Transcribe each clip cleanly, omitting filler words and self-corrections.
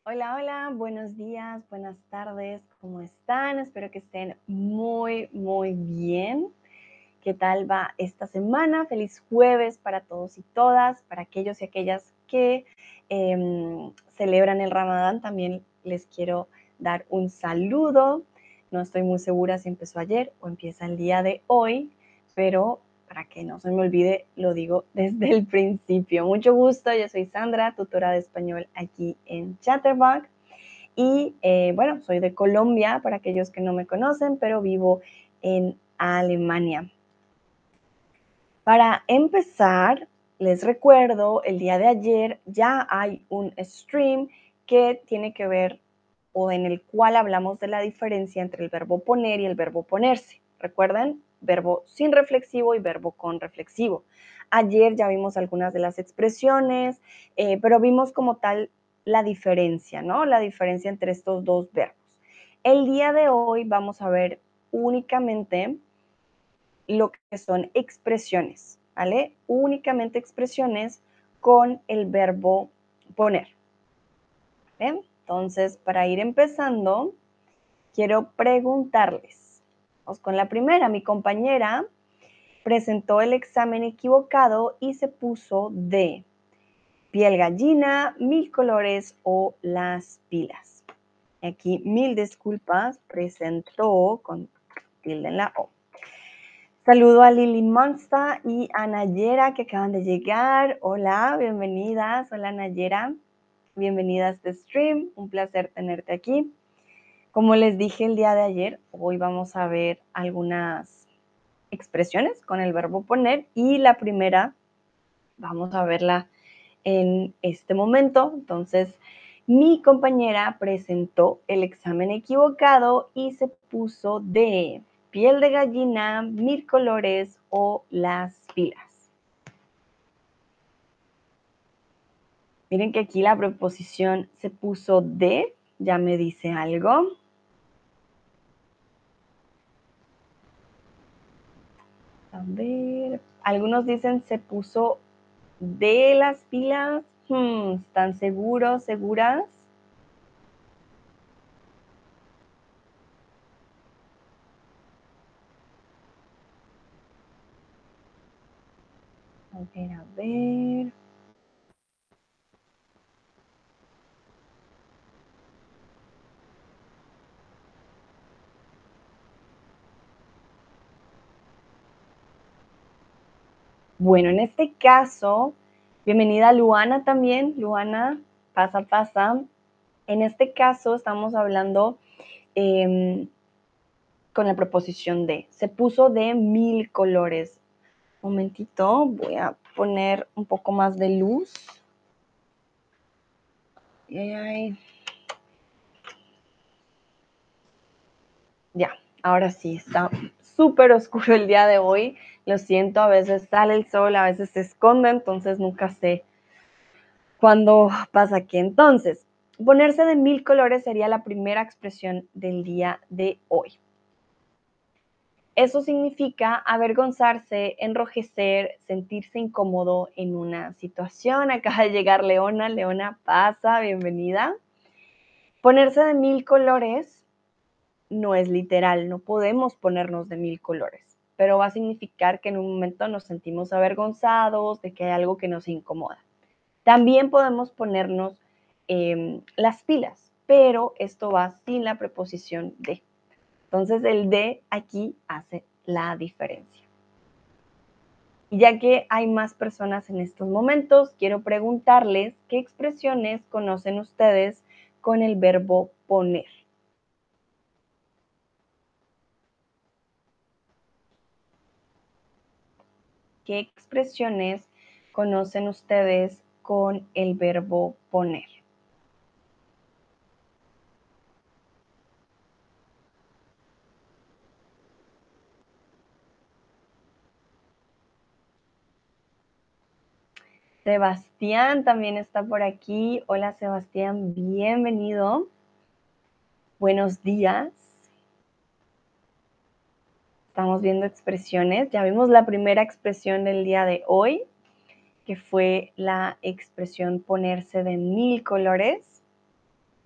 Hola, hola, buenos días, buenas tardes, ¿cómo están? Espero que estén muy bien. ¿Qué tal va esta semana? Feliz jueves para todos y todas, para aquellos y aquellas que celebran el Ramadán. También les quiero dar un saludo. No estoy muy segura si empezó ayer o empieza el día de hoy, pero para que no se me olvide, lo digo desde el principio. Mucho gusto, yo soy Sandra, tutora de español aquí en Chatterbox. Y bueno, soy de Colombia, para aquellos que no me conocen, pero vivo en Alemania. Para empezar, les recuerdo, el día de ayer ya hay un stream que tiene que ver o en el cual hablamos de la diferencia entre el verbo poner y el verbo ponerse. ¿Recuerdan? Verbo sin reflexivo y verbo con reflexivo. Ayer ya vimos algunas de las expresiones, pero vimos como tal la diferencia, ¿no? La diferencia entre estos dos verbos. El día de hoy vamos a ver únicamente lo que son expresiones, ¿vale? Únicamente expresiones con el verbo poner, ¿vale? Entonces, para ir empezando, quiero preguntarles. Vamos con la primera. Mi compañera presentó el examen equivocado y se puso de piel gallina, 1000 colores o las pilas. Aquí 1000 disculpas, presentó con tilde en la O. Saludo a Lili Monsta y a Nayera que acaban de llegar. Hola, bienvenidas. Hola Nayera, bienvenida a este stream. Un placer tenerte aquí. Como les dije el día de ayer, hoy vamos a ver algunas expresiones con el verbo poner y la primera vamos a verla en este momento. Entonces, mi compañera presentó el examen equivocado y se puso de piel de gallina, 1000 colores o las pilas. Miren que aquí la preposición se puso de, ya me dice algo. A ver, algunos dicen se puso de las pilas. ¿Están seguros, seguras? A ver, a ver. Bueno, en este caso, bienvenida Luana también. Luana, pasa. En este caso estamos hablando con la preposición de. Se puso de 1000 colores. Un momentito, voy a poner un poco más de luz. Ya, ahora sí, está súper oscuro el día de hoy. Lo siento, a veces sale el sol, a veces se esconde, entonces nunca sé cuándo pasa qué. Entonces, ponerse de 1000 colores sería la primera expresión del día de hoy. Eso significa avergonzarse, enrojecer, sentirse incómodo en una situación. Acaba de llegar Leona. Leona, pasa, bienvenida. Ponerse de 1000 colores no es literal, no podemos ponernos de 1000 colores, pero va a significar que en un momento nos sentimos avergonzados, de que hay algo que nos incomoda. También podemos ponernos las pilas, pero esto va sin la preposición de. Entonces el de aquí hace la diferencia. Y ya que hay más personas en estos momentos, quiero preguntarles qué expresiones conocen ustedes con el verbo poner. ¿Qué expresiones conocen ustedes con el verbo poner? Sebastián también está por aquí. Hola Sebastián, bienvenido. Buenos días. Estamos viendo expresiones. Ya vimos la primera expresión del día de hoy, que fue la expresión ponerse de 1000 colores.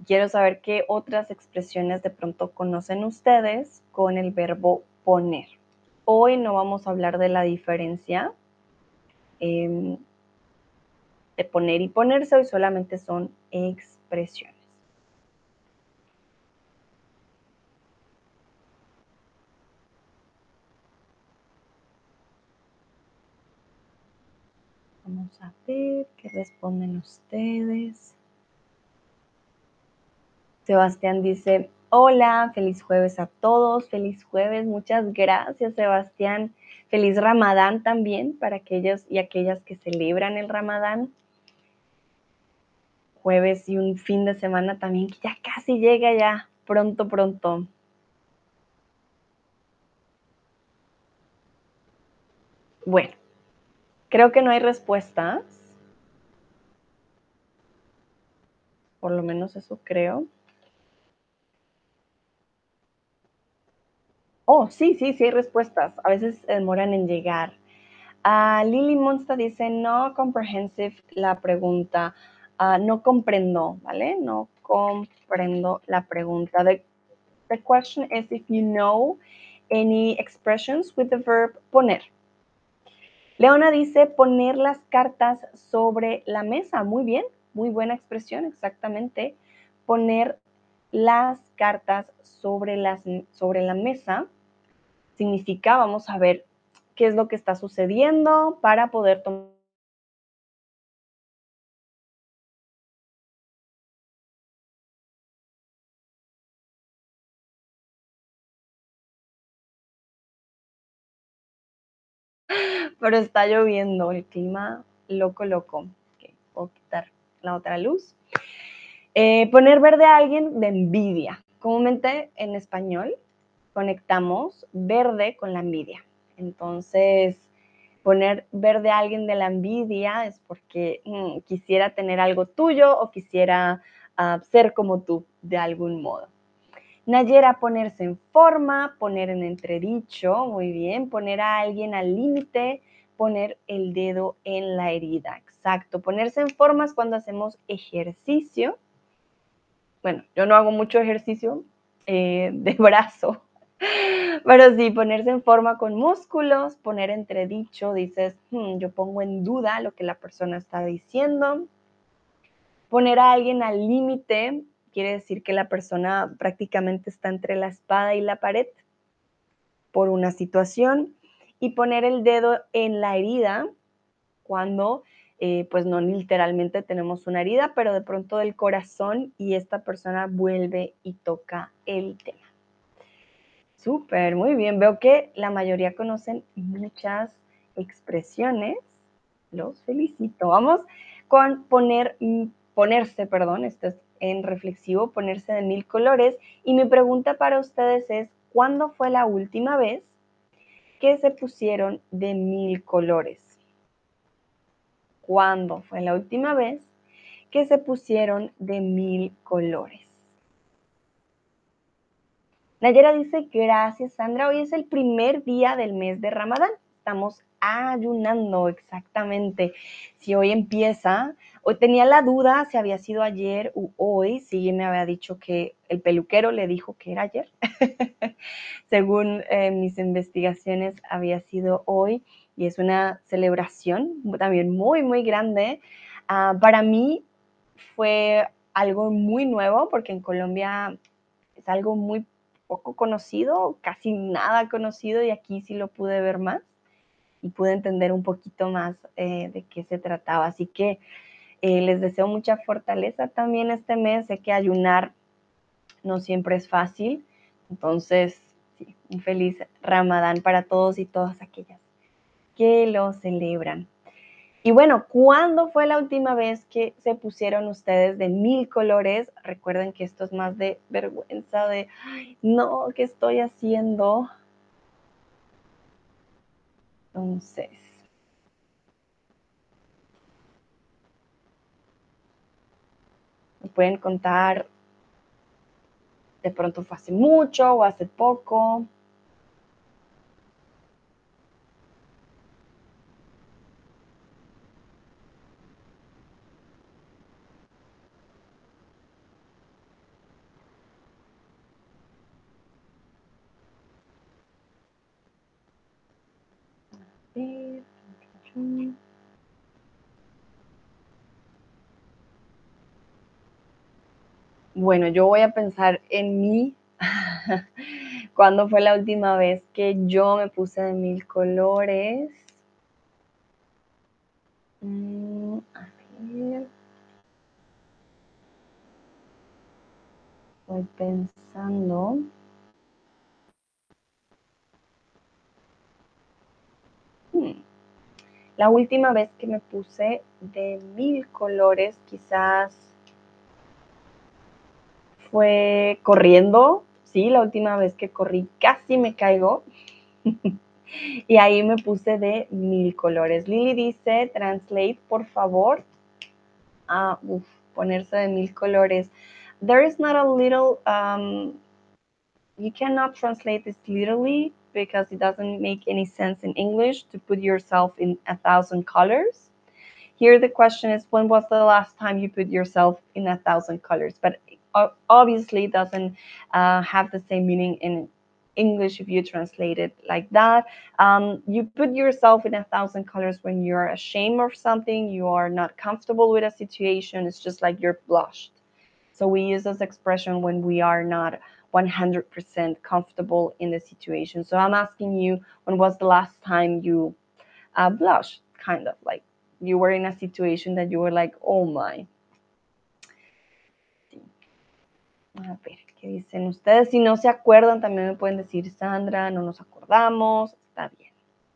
Quiero saber qué otras expresiones de pronto conocen ustedes con el verbo poner. Hoy no vamos a hablar de la diferencia de poner y ponerse, hoy solamente son expresiones. Vamos a ver qué responden ustedes. Sebastián dice, hola, feliz jueves a todos, feliz jueves, muchas gracias Sebastián, feliz Ramadán también para aquellos y aquellas que celebran el Ramadán. Jueves y un fin de semana también que ya casi llega ya, pronto, pronto. Bueno, creo que no hay respuestas, por lo menos eso creo. Oh, sí, sí, sí hay respuestas, a veces demoran en llegar. Lily Monsta dice, no comprehensive la pregunta. No comprendo, ¿vale? No comprendo la pregunta. The question is if you know any expressions with the verb poner. Leona dice poner las cartas sobre la mesa. Muy bien, muy buena expresión, exactamente. Poner las cartas sobre la mesa significa, vamos a ver qué es lo que está sucediendo para poder tomar. Pero está lloviendo, el clima loco, loco. Okay, puedo quitar la otra luz. Poner verde a alguien de envidia. Comúnmente en español conectamos verde con la envidia. Entonces, poner verde a alguien de la envidia es porque quisiera tener algo tuyo o quisiera ser como tú de algún modo. Nayera, ponerse en forma, poner en entredicho, muy bien, poner a alguien al límite, poner el dedo en la herida, exacto. Ponerse en forma es cuando hacemos ejercicio. Bueno, yo no hago mucho ejercicio de brazo, pero sí, ponerse en forma con músculos, poner entredicho, dices, yo pongo en duda lo que la persona está diciendo. Poner a alguien al límite quiere decir que la persona prácticamente está entre la espada y la pared por una situación. Y poner el dedo en la herida cuando pues no literalmente tenemos una herida, pero de pronto del corazón y esta persona vuelve y toca el tema. Súper, muy bien. Veo que la mayoría conocen muchas expresiones. Los felicito. Vamos con ponerse, perdón, esto es en reflexivo, ponerse de 1000 colores. Y mi pregunta para ustedes es, ¿cuándo fue la última vez que se pusieron de 1000 colores? ¿Cuándo fue la última vez que se pusieron de 1000 colores? Nayera dice, gracias Sandra, hoy es el primer día del mes de Ramadán. Estamos ayunando, exactamente. Si hoy empieza, hoy tenía la duda si había sido ayer u hoy, sí me había dicho que el peluquero le dijo que era ayer. Según mis investigaciones había sido hoy y es una celebración también muy, muy grande. Para mí fue algo muy nuevo porque en Colombia es algo muy poco conocido, casi nada conocido y aquí sí lo pude ver más y pude entender un poquito más de qué se trataba. Así que les deseo mucha fortaleza también este mes. Sé que ayunar no siempre es fácil, entonces sí, un feliz Ramadán para todos y todas aquellas que lo celebran. Y bueno, ¿cuándo fue la última vez que se pusieron ustedes de 1000 colores? Recuerden que esto es más de vergüenza, de, ay, no, ¿qué estoy haciendo? Entonces, me pueden contar, de pronto fue hace mucho o hace poco. Bueno, yo voy a pensar en mí. ¿Cuándo fue la última vez que yo me puse de 1000 colores? A ver. Estoy pensando. La última vez que me puse de 1000 colores quizás fue corriendo. Sí, la última vez que corrí casi me caigo. Y ahí me puse de 1000 colores. Lili dice, translate, por favor. Ponerse de 1000 colores. There is not a little, you cannot translate this literally because it doesn't make any sense in English to put yourself in 1000 colors. Here the question is, when was the last time you put yourself in 1000 colors? But obviously it doesn't have the same meaning in English if you translate it like that. You put yourself in 1000 colors when you're ashamed of something, you are not comfortable with a situation, it's just like you're blushed. So we use this expression when we are not 100% comfortable in the situation. So I'm asking you, when was the last time you blushed, kind of like you were in a situation that you were like, oh my. Sí. A ver, ¿qué dicen ustedes? Si no se acuerdan, también me pueden decir, Sandra, no nos acordamos, está bien.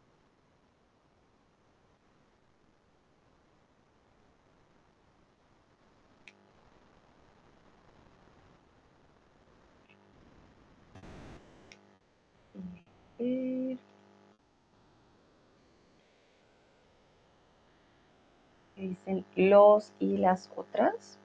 A ver. ¿Qué dicen los y las otras?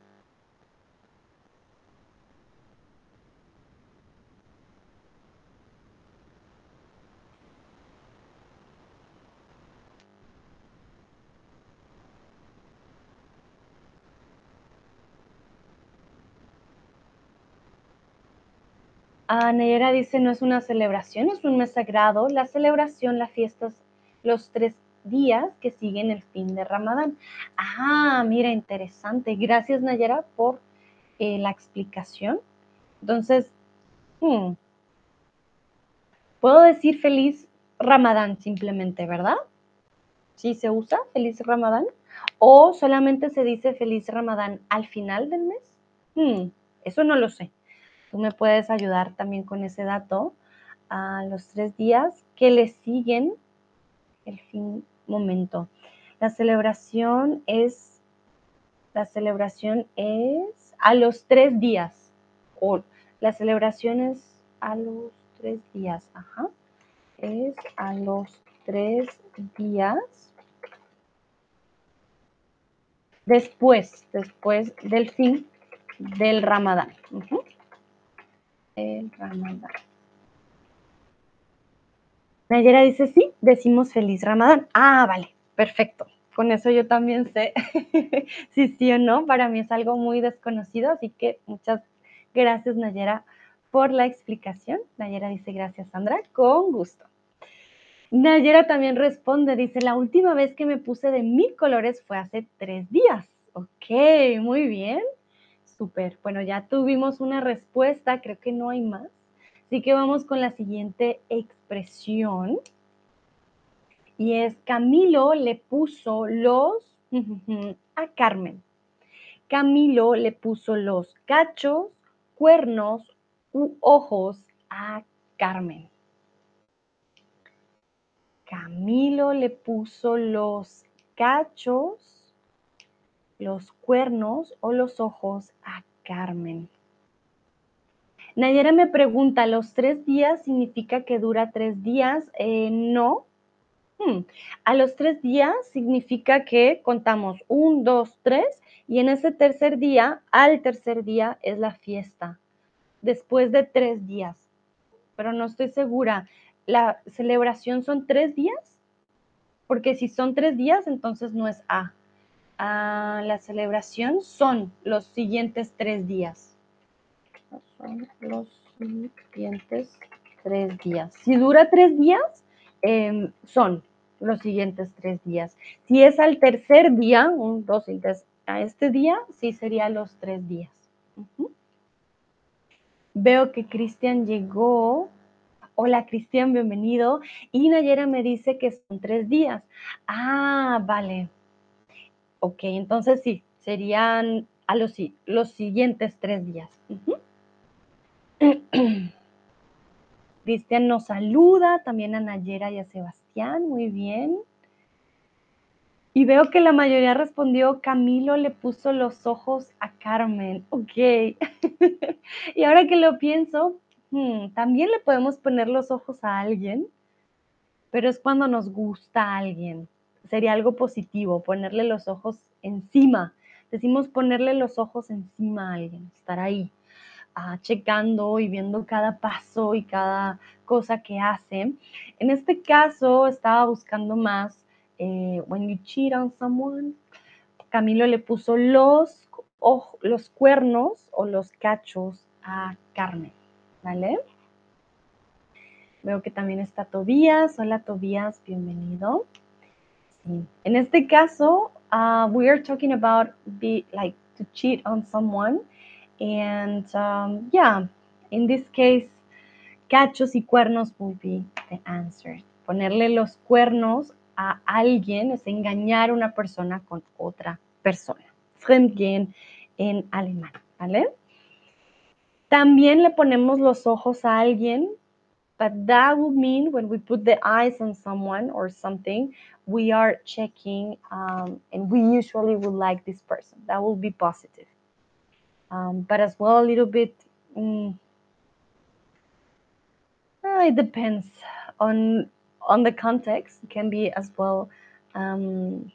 Nayera dice, no es una celebración, es un mes sagrado. La celebración, la fiesta es los 3 días que siguen el fin de Ramadán. Mira, interesante. Gracias, Nayera, por la explicación. Entonces, puedo decir feliz Ramadán simplemente, ¿verdad? ¿Sí se usa feliz Ramadán? ¿O solamente se dice feliz Ramadán al final del mes? Eso no lo sé. Tú me puedes ayudar también con ese dato. A los 3 días que le siguen el fin momento. La celebración es a los 3 días. O la celebración es a los 3 días. Es a los 3 días después del fin del Ramadán. El Ramadán. Nayera dice, sí, decimos feliz Ramadán. Vale, perfecto. Con eso yo también sé si sí o no. Para mí es algo muy desconocido, así que muchas gracias, Nayera, por la explicación. Nayera dice, gracias, Sandra, con gusto. Nayera también responde, dice, la última vez que me puse de 1000 colores fue hace 3 días. Ok, muy bien. Súper. Bueno, ya tuvimos una respuesta, creo que no hay más. Así que vamos con la siguiente expresión. Y es, Camilo le puso los a Carmen. Camilo le puso los cachos, cuernos u ojos a Carmen. Camilo le puso los cachos, los cuernos o los ojos a Carmen. Nayera me pregunta, ¿los 3 días significa que dura 3 días? No. A los 3 días significa que contamos 1, 2, 3 y en ese tercer día, al tercer día es la fiesta, después de 3 días. Pero no estoy segura, ¿la celebración son 3 días? Porque si son 3 días, entonces no es A. La celebración son los siguientes 3 días. Son los siguientes 3 días. Si dura 3 días, son los siguientes 3 días. Si es al tercer día, 1, 2 y 3, a este día, sí sería los 3 días. Veo que Cristian llegó. Hola Cristian, bienvenido. Y Nayera me dice que son 3 días. Ah, vale. Ok, entonces sí, serían a los siguientes 3 días. Cristian nos saluda, también a Nayera y a Sebastián, muy bien. Y veo que la mayoría respondió, Camilo le puso los ojos a Carmen. Ok. Y ahora que lo pienso, también le podemos poner los ojos a alguien, pero es cuando nos gusta a alguien. Sería algo positivo, ponerle los ojos encima. Decimos ponerle los ojos encima a alguien, estar ahí, checando y viendo cada paso y cada cosa que hace. En este caso, estaba buscando más when you cheat on someone. Camilo le puso los cuernos o los cachos a Carmen, ¿vale? Veo que también está Tobías. Hola Tobías, bienvenido. Sí. En este caso, we are talking about to cheat on someone. And yeah, in this case, cachos y cuernos will be the answer. Ponerle los cuernos a alguien es engañar a una persona con otra persona. Fremdgehen en alemán, ¿vale? También le ponemos los ojos a alguien, but that would mean when we put the eyes on someone or something, we are checking, and we usually would like this person. That will be positive. But as well, a little bit, it depends on the context. It can be as well in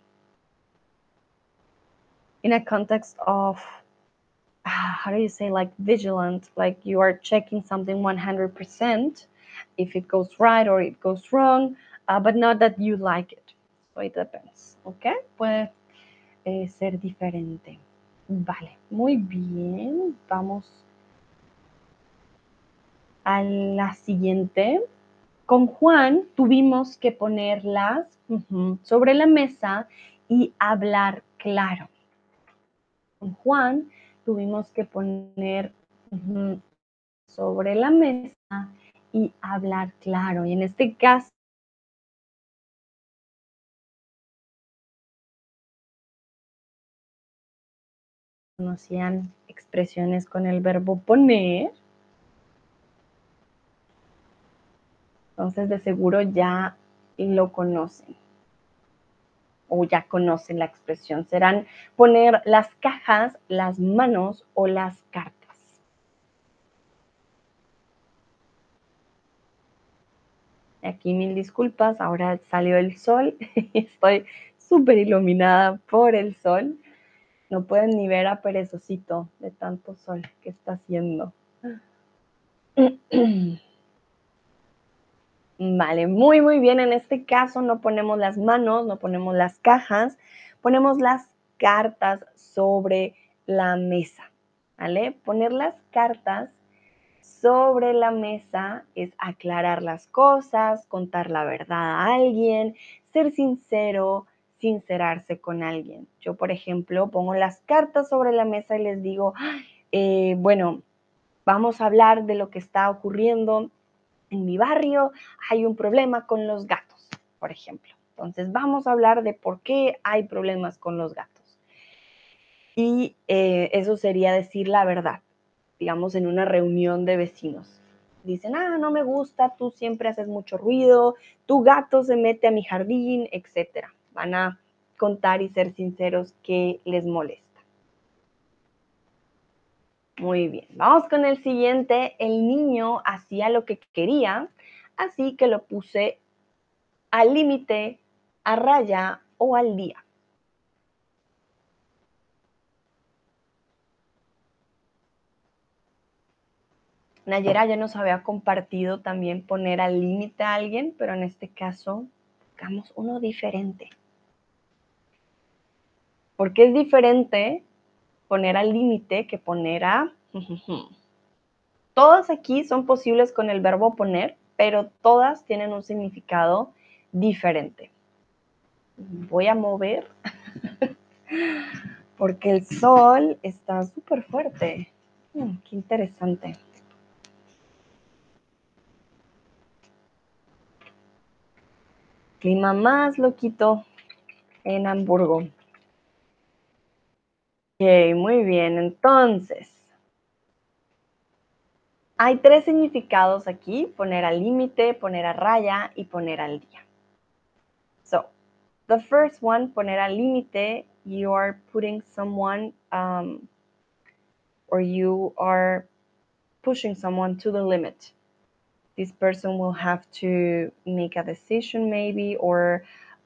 a context of, how do you say, like vigilant, like you are checking something 100% if it goes right or it goes wrong, but not that you like it. So it depends, ¿ok? Puede ser diferente. Vale, muy bien. Vamos a la siguiente. Con Juan tuvimos que ponerlas sobre la mesa y hablar claro. Con Juan tuvimos que poner sobre la mesa y hablar claro. Y en este caso, conocían expresiones con el verbo poner. Entonces, de seguro ya lo conocen o ya conocen la expresión. Serán poner las cajas, las manos o las cartas. Aquí mil disculpas, ahora salió el sol. Estoy súper iluminada por el sol. No pueden ni ver a Perezocito de tanto sol que está haciendo. Vale, muy, muy bien. En este caso no ponemos las manos, no ponemos las cajas, ponemos las cartas sobre la mesa, ¿vale? Poner las cartas sobre la mesa es aclarar las cosas, contar la verdad a alguien, ser sincero, sincerarse con alguien. Yo, por ejemplo, pongo las cartas sobre la mesa y les digo, bueno, vamos a hablar de lo que está ocurriendo en mi barrio. Hay un problema con los gatos, por ejemplo. Entonces vamos a hablar de por qué hay problemas con los gatos. Y eso sería decir la verdad, digamos, en una reunión de vecinos. Dicen, no me gusta, tú siempre haces mucho ruido, tu gato se mete a mi jardín, etc. Van a contar y ser sinceros qué les molesta. Muy bien, vamos con el siguiente. El niño hacía lo que quería, así que lo puse al límite, a raya o al día. Nayera ya nos había compartido también poner al límite a alguien, pero en este caso buscamos uno diferente. Porque es diferente poner al límite que poner a... Todas aquí son posibles con el verbo poner, pero todas tienen un significado diferente. voy a mover porque el sol está súper fuerte. Qué interesante. Clima más loquito en Hamburgo. Ok, muy bien. Entonces, hay 3 significados aquí: poner al límite, poner a raya y poner al día. So, the first one, poner al límite, you are putting someone or you are pushing someone to the limit. This person will have to make a decision maybe, or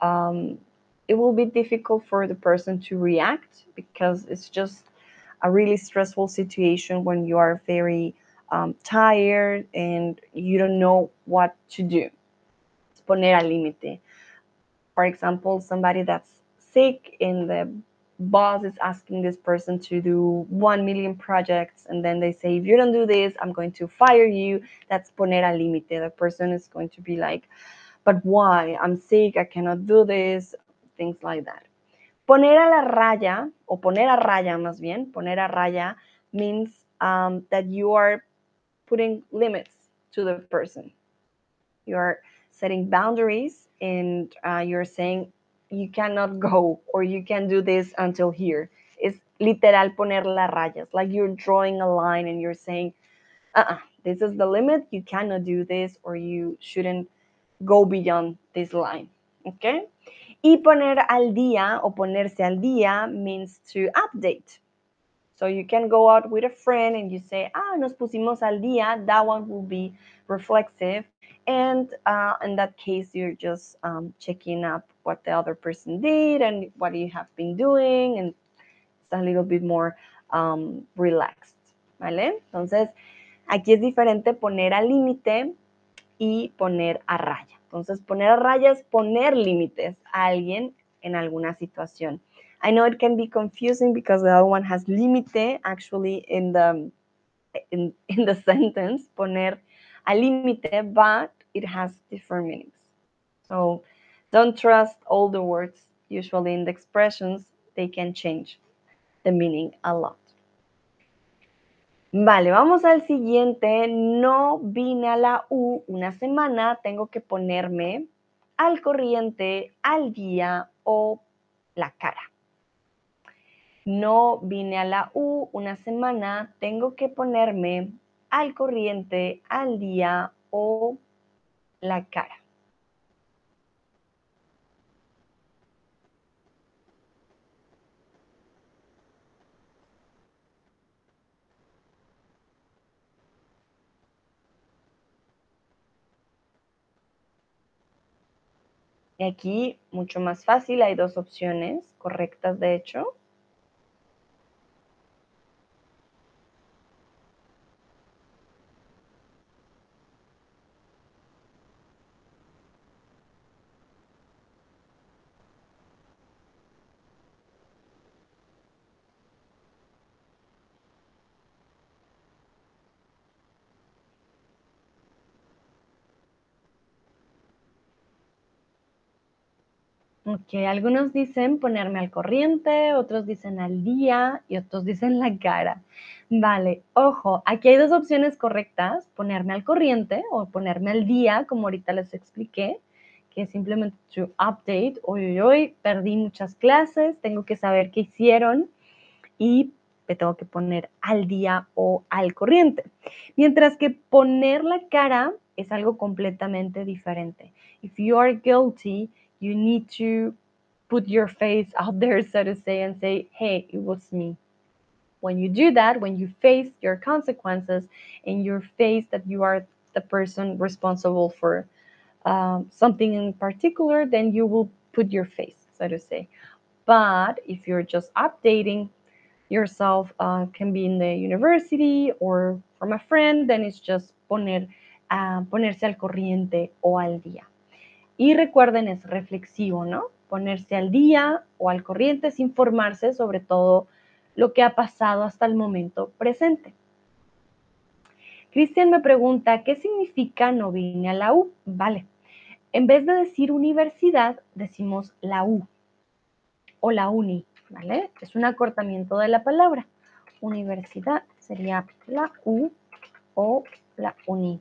it will be difficult for the person to react because it's just a really stressful situation when you are very tired and you don't know what to do. Poner al límite. For example, somebody that's sick and the boss is asking this person to do 1 million projects, and then they say, if you don't do this, I'm going to fire you. That's poner al límite. The person is going to be like, but why? I'm sick, I cannot do this, things like that. Poner a la raya, o poner a raya más bien, poner a raya means that you are putting limits to the person. You are setting boundaries, and you're saying you cannot go or you can do this until here. Es literal poner las rayas, like you're drawing a line and you're saying, this is the limit, you cannot do this or you shouldn't go beyond this line. Okay? Y poner al día o ponerse al día means to update. So you can go out with a friend and you say, nos pusimos al día. That one will be reflexive. And in that case, you're just checking up what the other person did and what you have been doing. And it's a little bit more relaxed. ¿Vale? Entonces, aquí es diferente poner al límite y poner a raya. Entonces, poner a raya es poner límites a alguien en alguna situación. I know it can be confusing because the other one has límite actually in the sentence, poner a límite, but it has different meanings. So don't trust all the words. Usually in the expressions, they can change the meaning a lot. Vale, vamos al siguiente. No vine a la U una semana, tengo que ponerme al corriente, al día o la cara. No vine a la U una semana, tengo que ponerme al corriente, al día o la cara. Y aquí, mucho más fácil, hay 2 opciones correctas, de hecho. Ok, algunos dicen ponerme al corriente, otros dicen al día y otros dicen la cara. Vale, ojo, aquí hay 2 opciones correctas: ponerme al corriente o ponerme al día, como ahorita les expliqué, que es simplemente to update. Hoy perdí muchas clases, tengo que saber qué hicieron y me tengo que poner al día o al corriente. Mientras que poner la cara es algo completamente diferente. If you are guilty, you need to put your face out there, so to say, and say, hey, it was me. When you do that, when you face your consequences and you face that you are the person responsible for something in particular, then you will put your face, so to say. But if you're just updating yourself, can be in the university or from a friend, then it's just ponerse al corriente o al día. Y recuerden, es reflexivo, ¿no? Ponerse al día o al corriente es informarse sobre todo lo que ha pasado hasta el momento presente. Cristian me pregunta, ¿qué significa no vine a la U? Vale. En vez de decir universidad, decimos la U o la uni, ¿vale? Es un acortamiento de la palabra. Universidad sería la U o la uni.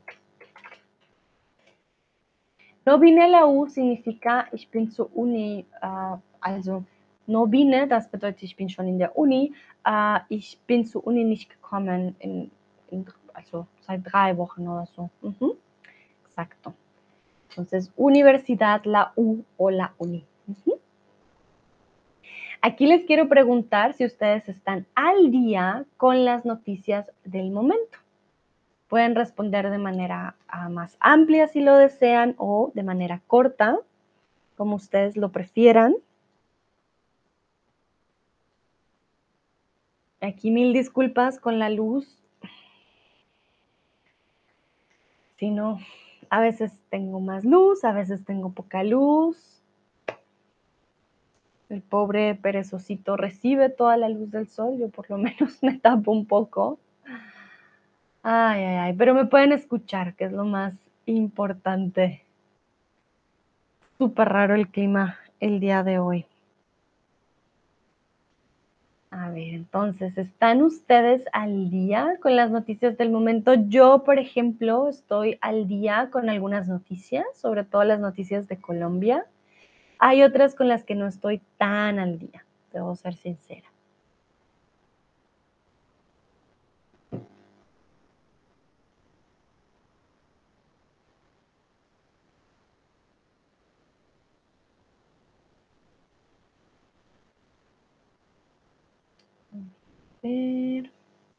No vine a la U significa ich bin zur Uni, also no vine, das bedeutet ich bin schon in der Uni, ich bin zur Uni nicht gekommen, also seit 3 Wochen oder so. Exacto. Entonces, universidad, la U o la uni. Aquí les quiero preguntar si ustedes están al día con las noticias del momento. Pueden responder de manera más amplia si lo desean o de manera corta, como ustedes lo prefieran. Aquí 1000 disculpas con la luz. Si no, a veces tengo más luz, a veces tengo poca luz. El pobre perezosito recibe toda la luz del sol, yo por lo menos me tapo un poco. Ay, ay, ay, pero me pueden escuchar, que es lo más importante. Súper raro el clima el día de hoy. A ver, entonces, ¿están ustedes al día con las noticias del momento? Yo, por ejemplo, estoy al día con algunas noticias, sobre todo las noticias de Colombia. Hay otras con las que no estoy tan al día, debo ser sincera. A ver.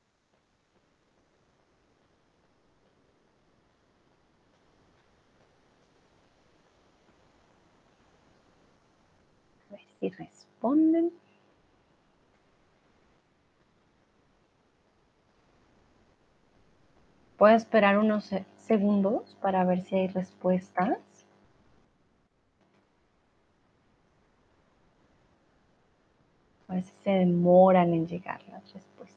A ver si responden. Puedo esperar unos segundos para ver si hay respuestas. A ver si se demoran en llegar las respuestas.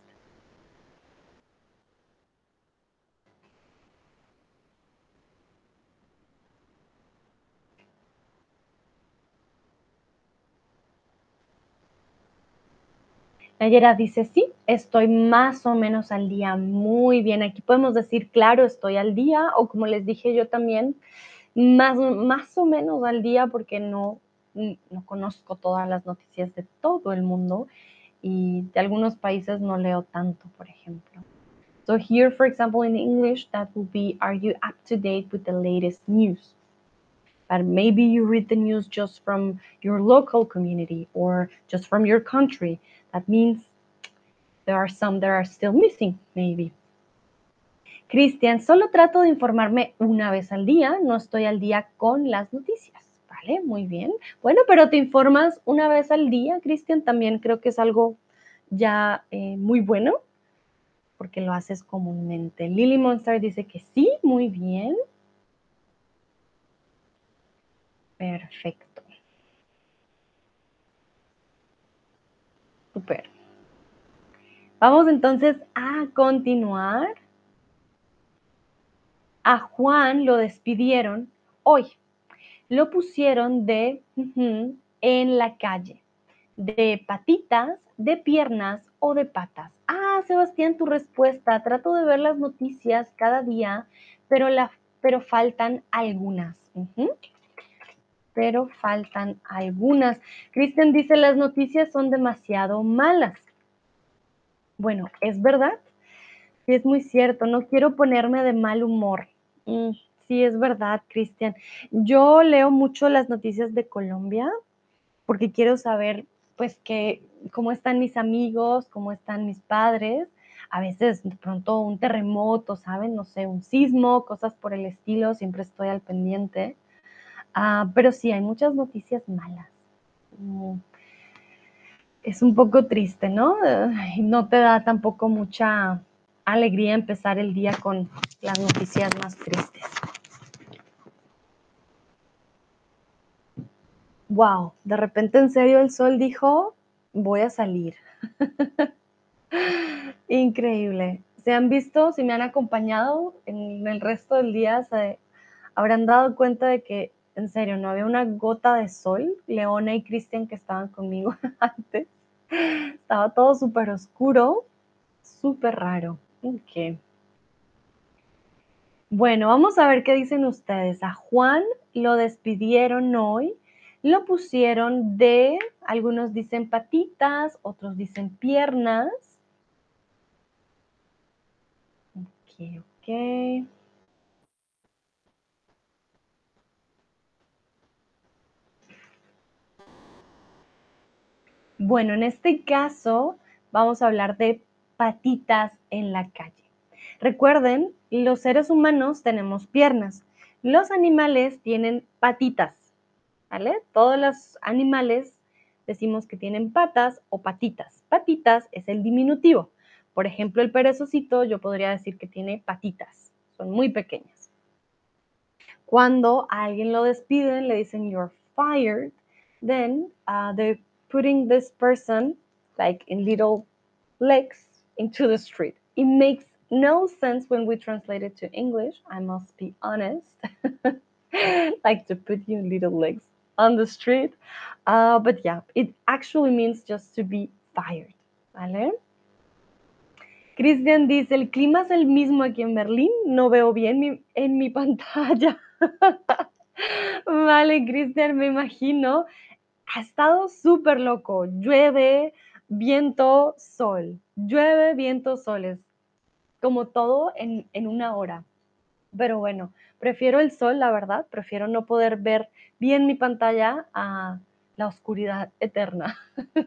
Nayera dice, sí, estoy más o menos al día, muy bien. Aquí podemos decir, claro, estoy al día, o como les dije yo también, más o menos al día, porque no conozco todas las noticias de todo el mundo y de algunos países no leo tanto, por ejemplo. So here, for example, in English, that would be, are you up to date with the latest news? But maybe you read the news just from your local community or just from your country. That means there are some that are still missing, maybe. Cristian, solo trato de informarme una vez al día, no estoy al día con las noticias. Vale, muy bien. Bueno, pero te informas una vez al día, Cristian, también creo que es algo ya muy bueno, porque lo haces comúnmente. Lily Monster dice que sí, muy bien. Perfecto. Súper. Vamos entonces a continuar. A Juan lo despidieron hoy. Lo pusieron de en la calle. De patitas, de piernas o de patas. Ah, Sebastián, tu respuesta. Trato de ver las noticias cada día, pero faltan algunas. Pero faltan algunas. Cristian dice, las noticias son demasiado malas. Bueno, es verdad. Sí, es muy cierto. No quiero ponerme de mal humor. Sí, es verdad, Cristian. Yo leo mucho las noticias de Colombia porque quiero saber, pues, cómo están mis amigos, cómo están mis padres. A veces, de pronto, un terremoto, ¿saben? No sé, un sismo, cosas por el estilo. Siempre estoy al pendiente. Pero sí, hay muchas noticias malas. Es un poco triste, ¿no? Y no te da tampoco mucha alegría empezar el día con las noticias más tristes. Wow, de repente en serio el sol dijo, voy a salir. Increíble. ¿Se han visto, si me han acompañado en el resto del día, se habrán dado cuenta de que En serio, no había una gota de sol. Leona y Cristian, que estaban conmigo antes, estaba todo súper oscuro, súper raro. Ok. Bueno, vamos a ver qué dicen ustedes. A Juan lo despidieron hoy, lo pusieron de, algunos dicen patitas, otros dicen piernas. Ok, ok. Bueno, en este caso vamos a hablar de patitas en la calle. Recuerden, los seres humanos tenemos piernas, los animales tienen patitas, ¿vale? Todos los animales decimos que tienen patas o patitas. Patitas es el diminutivo. Por ejemplo, el perezosito yo podría decir que tiene patitas, son muy pequeñas. Cuando a alguien lo despiden, le dicen you're fired, then they're putting this person like in little legs into the street. It makes no sense when we translate it to English, I must be honest. Like to put you in little legs on the street. But yeah, it actually means just to be fired. ¿Vale? Cristian dice, el clima es el mismo aquí en Berlín, no veo bien en mi pantalla. Vale, Cristian, me imagino. Ha estado súper loco. Llueve, viento, sol. Llueve, viento, sol. Es como todo en una hora. Pero bueno, prefiero el sol, la verdad. Prefiero no poder ver bien mi pantalla a la oscuridad eterna.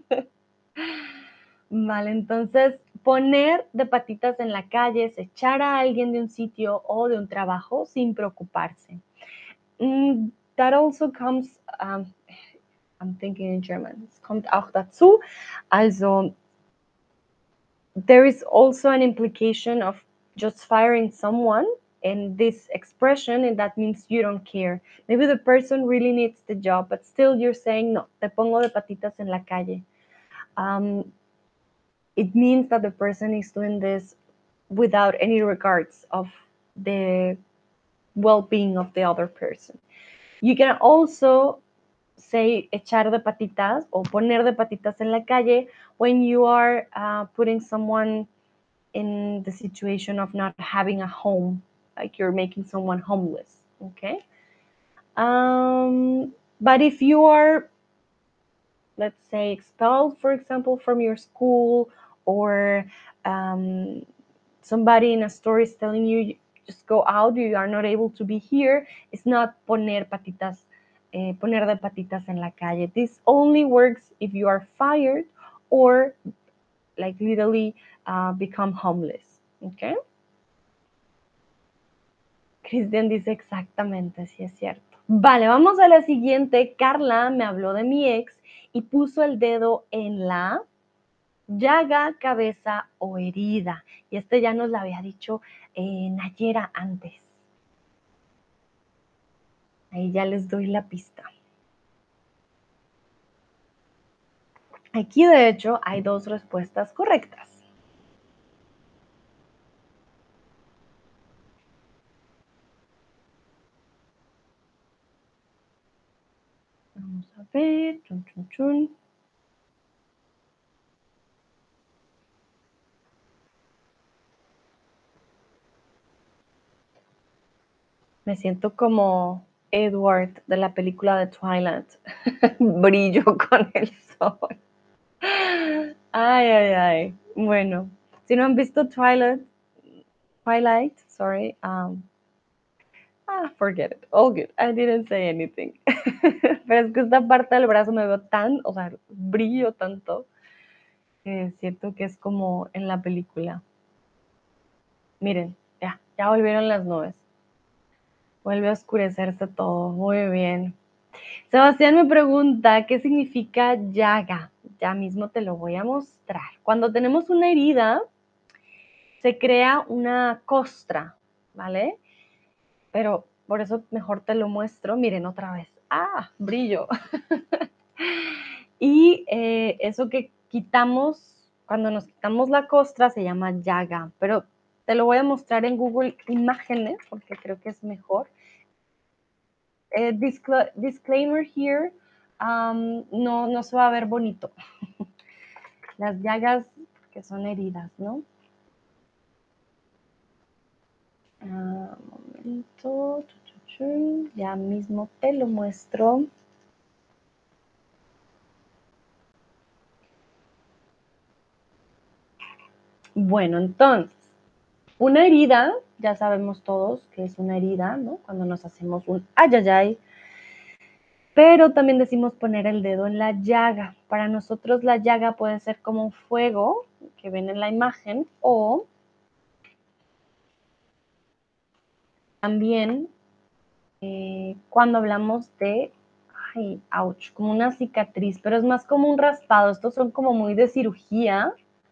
Vale, entonces poner de patitas en la calle es echar a alguien de un sitio o de un trabajo sin preocuparse. That also comes, I'm thinking in German, es kommt auch dazu. Also, there is also an implication of just firing someone in this expression, and that means you don't care. Maybe the person really needs the job, but still you're saying, no, te pongo de patitas en la calle. It means that the person is doing this without any regards of the well-being of the other person. You can also say echar de patitas o poner de patitas en la calle when you are putting someone in the situation of not having a home, like you're making someone homeless, okay? But if you are, let's say, expelled, for example, from your school, or um, somebody in a store is telling you just go out, you are not able to be here, it's not poner patitas, poner de patitas en la calle. This only works if you are fired or like literally become homeless, okay? Cristian dice exactamente, sí es cierto. Vale, vamos a la siguiente. Carla me habló de mi ex y puso el dedo en la llaga, cabeza o herida. Y este ya nos lo había dicho Nayera antes. Ahí ya les doy la pista. Aquí de hecho hay dos respuestas correctas. Vamos a ver. Chun, chun, chun. Me siento como Edward de la película de Twilight. Brillo con el sol. Ay, ay, ay. Bueno, si no han visto Twilight, sorry. Forget it. All good. I didn't say anything. Pero es que esta parte del brazo me veo tan, o sea, brillo tanto, que siento que es como en la película. Miren, ya volvieron las nubes. Vuelve a oscurecerse todo. Muy bien. Sebastián me pregunta, ¿qué significa llaga? Ya mismo te lo voy a mostrar. Cuando tenemos una herida, se crea una costra, ¿vale? Pero por eso mejor te lo muestro. Miren otra vez. Brillo. Y eso que quitamos, cuando nos quitamos la costra, se llama llaga. Pero te lo voy a mostrar en Google Imágenes, porque creo que es mejor. Disclaimer here, no se va a ver bonito. Las llagas que son heridas, ¿no? Momento, ya mismo te lo muestro. Bueno, entonces, una herida, ya sabemos todos que es una herida, ¿no? Cuando nos hacemos un ayayay, pero también decimos poner el dedo en la llaga. Para nosotros la llaga puede ser como un fuego que ven en la imagen o también cuando hablamos de, ay, ouch, como una cicatriz, pero es más como un raspado. Estos son como muy de cirugía.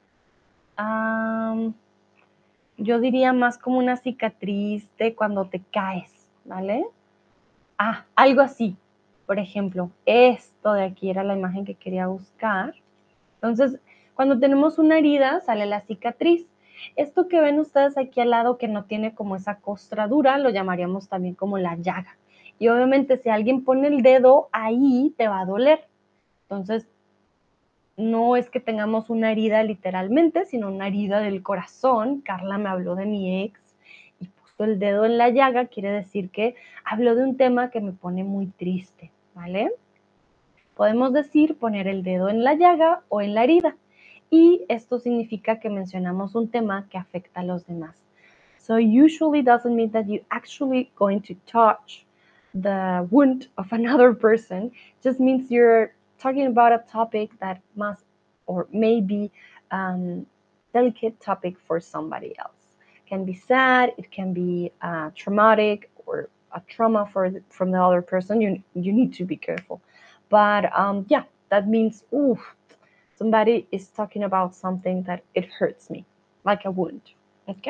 Yo diría más como una cicatriz de cuando te caes, ¿vale? Algo así. Por ejemplo, esto de aquí era la imagen que quería buscar. Entonces, cuando tenemos una herida, sale la cicatriz. Esto que ven ustedes aquí al lado que no tiene como esa costradura, lo llamaríamos también como la llaga. Y obviamente si alguien pone el dedo ahí, te va a doler. Entonces, no es que tengamos una herida literalmente, sino una herida del corazón. Carla me habló de mi ex y puso el dedo en la llaga, quiere decir que habló de un tema que me pone muy triste, ¿vale? Podemos decir poner el dedo en la llaga o en la herida. Y esto significa que mencionamos un tema que afecta a los demás. So usually doesn't mean that you actually going to touch the wound of another person. Just means you're talking about a topic that must or may be delicate topic for somebody else. It can be sad, it can be traumatic or a trauma from the other person. You need to be careful. But yeah, that means, ooh, somebody is talking about something that it hurts me, like a wound. Okay.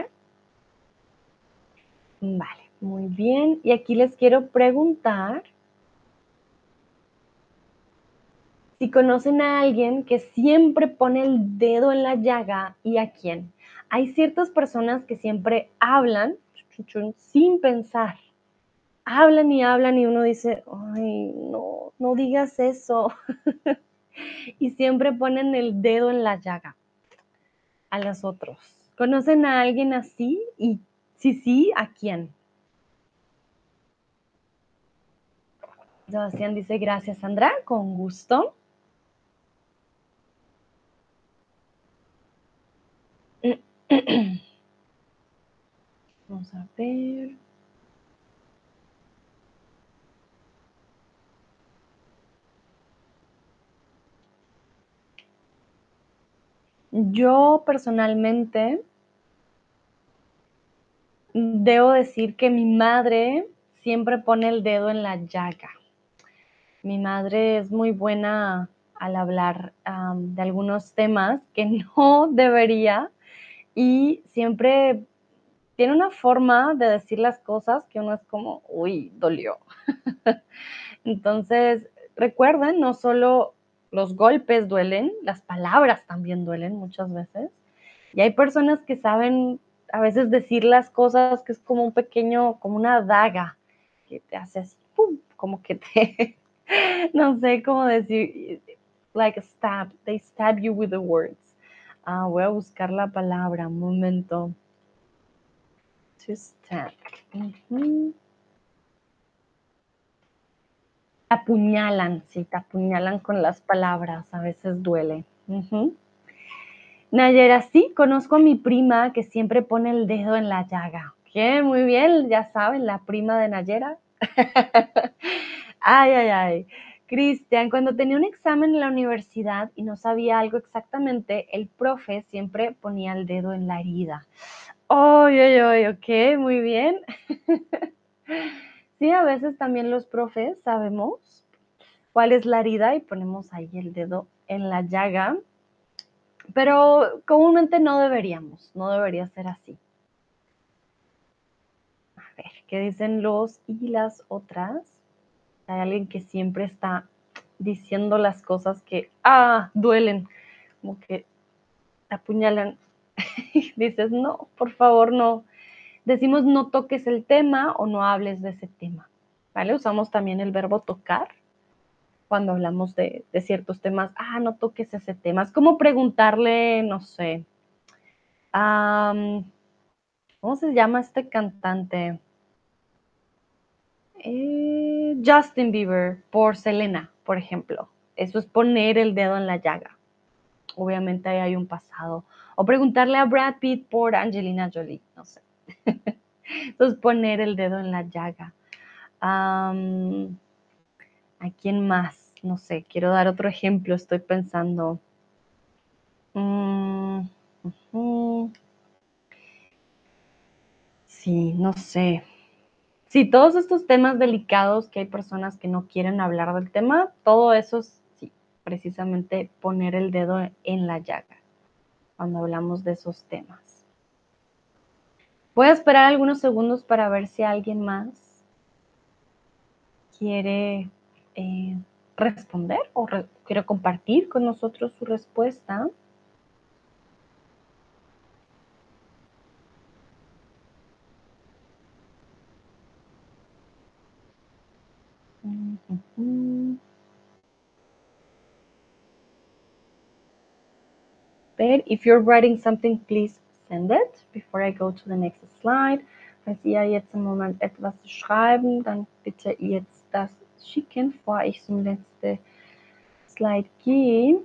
Vale, muy bien. Y aquí les quiero preguntar si conocen a alguien que siempre pone el dedo en la llaga y a quién. Hay ciertas personas que siempre hablan sin pensar. Hablan y uno dice, ay, no, no digas eso. Y siempre ponen el dedo en la llaga a los otros. ¿Conocen a alguien así? Y si sí, ¿a quién? Sebastián dice, gracias Sandra, con gusto. Vamos a ver. Yo personalmente debo decir que mi madre siempre pone el dedo en la llaga. Mi madre es muy buena al hablar de algunos temas que no debería y siempre tiene una forma de decir las cosas que uno es como, uy, dolió. Entonces, recuerden, no solo los golpes duelen, las palabras también duelen muchas veces. Y hay personas que saben a veces decir las cosas que es como un pequeño, como una daga, que te hace así, ¡pum! Como que te, no sé cómo decir, like a stab, they stab you with the words. Voy a buscar la palabra, un momento. To stab. Te apuñalan, sí, te apuñalan con las palabras, a veces duele. Nayera, sí, conozco a mi prima que siempre pone el dedo en la llaga. ¿Qué? Muy bien, ya saben, la prima de Nayera. Ay, ay, ay. Cristian, cuando tenía un examen en la universidad y no sabía algo exactamente, el profe siempre ponía el dedo en la herida. Ay, ay, ay, ok, muy bien. Sí, a veces también los profes sabemos cuál es la herida y ponemos ahí el dedo en la llaga, pero comúnmente no debería ser así. A ver, ¿qué dicen los y las otras? Hay alguien que siempre está diciendo las cosas que, duelen, como que te apuñalan. Dices, no, por favor, no. Decimos no toques el tema o no hables de ese tema. ¿vale? Usamos también el verbo tocar cuando hablamos de ciertos temas. No toques ese tema. Es como preguntarle, no sé, ¿cómo se llama este cantante? Justin Bieber por Selena, por ejemplo. Eso es poner el dedo en la llaga. Obviamente ahí hay un pasado. O preguntarle a Brad Pitt por Angelina Jolie, no sé. Entonces poner el dedo en la llaga. ¿A quién más? No sé, quiero dar otro ejemplo, estoy pensando. Sí, no sé. Sí, todos estos temas delicados que hay personas que no quieren hablar del tema, todo eso es, sí, precisamente poner el dedo en la llaga cuando hablamos de esos temas. Voy a esperar algunos segundos para ver si alguien más quiere responder o quiere compartir con nosotros su respuesta. But if you're writing something, please send it before I go to the next slide. Falls ihr jetzt im Moment etwas schreiben, dann bitte jetzt das schicken, bevor ich zum letzten Slide gehe.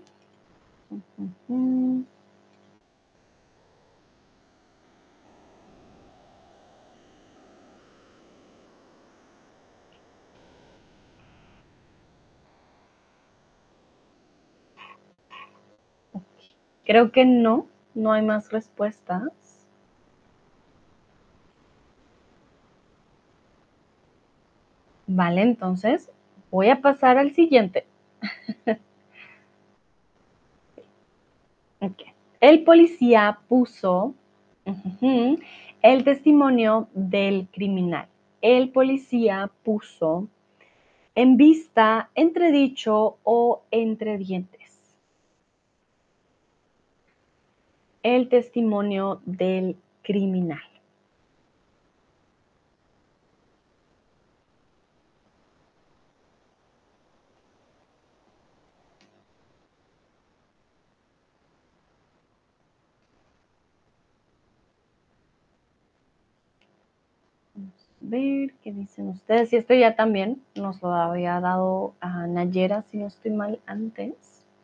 Creo que no hay más respuestas. Vale, entonces voy a pasar al siguiente. Okay. El policía puso el testimonio del criminal. El policía puso en vista, entredicho o entre dientes. El testimonio del criminal. Vamos a ver qué dicen ustedes. Y esto ya también nos lo había dado a Nayera, si no estoy mal, antes.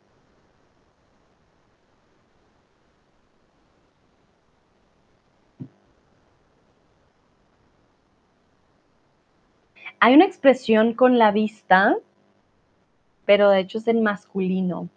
Hay una expresión con la vista, pero de hecho es en masculino.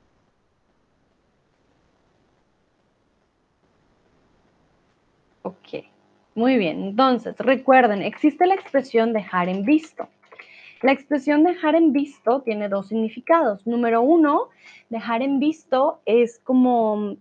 Ok, muy bien. Entonces, recuerden, existe la expresión dejar en visto. La expresión dejar en visto tiene dos significados. Número uno, dejar en visto es como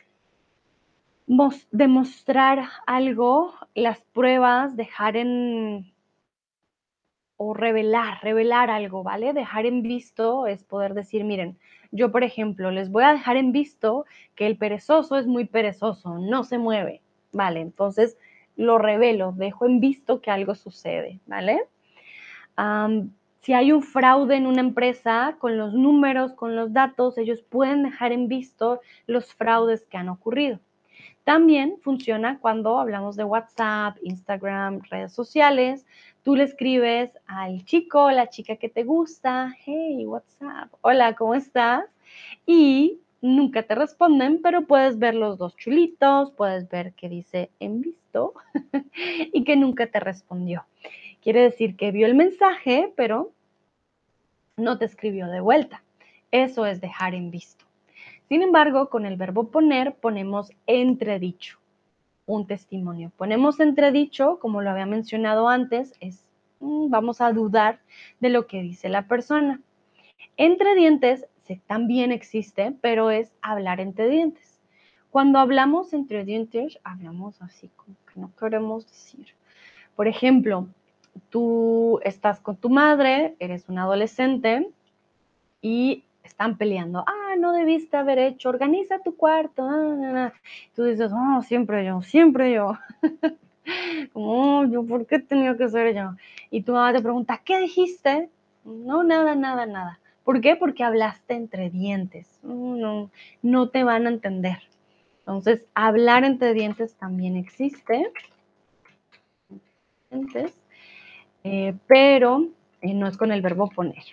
demostrar algo, las pruebas, dejar en o revelar algo, ¿vale? Dejar en visto es poder decir, miren, yo por ejemplo, les voy a dejar en visto que el perezoso es muy perezoso, no se mueve, ¿vale? Entonces lo revelo, dejo en visto que algo sucede, ¿vale? Si hay un fraude en una empresa, con los números, con los datos, ellos pueden dejar en visto los fraudes que han ocurrido. También funciona cuando hablamos de WhatsApp, Instagram, redes sociales. Tú le escribes al chico, la chica que te gusta, hey, WhatsApp, hola, ¿cómo estás? Y nunca te responden, pero puedes ver los dos chulitos, puedes ver que dice en visto y que nunca te respondió. Quiere decir que vio el mensaje, pero no te escribió de vuelta. Eso es dejar en visto. Sin embargo, con el verbo poner ponemos entredicho un testimonio. Ponemos entredicho, como lo había mencionado antes, es vamos a dudar de lo que dice la persona. Entre dientes también existe, pero es hablar entre dientes. Cuando hablamos entre dientes, hablamos así como que no queremos decir. Por ejemplo, tú estás con tu madre, eres un adolescente y están peleando. No debiste haber organiza tu cuarto. Tú dices, siempre yo, siempre yo. Como, "Oh, ¿yo por qué tenía que ser yo?". Y tu mamá te pregunta, ¿qué dijiste? No, nada, nada, nada. ¿Por qué? Porque hablaste entre dientes. No, no te van a entender. Entonces, hablar entre dientes también existe, entonces, pero no es con el verbo poner.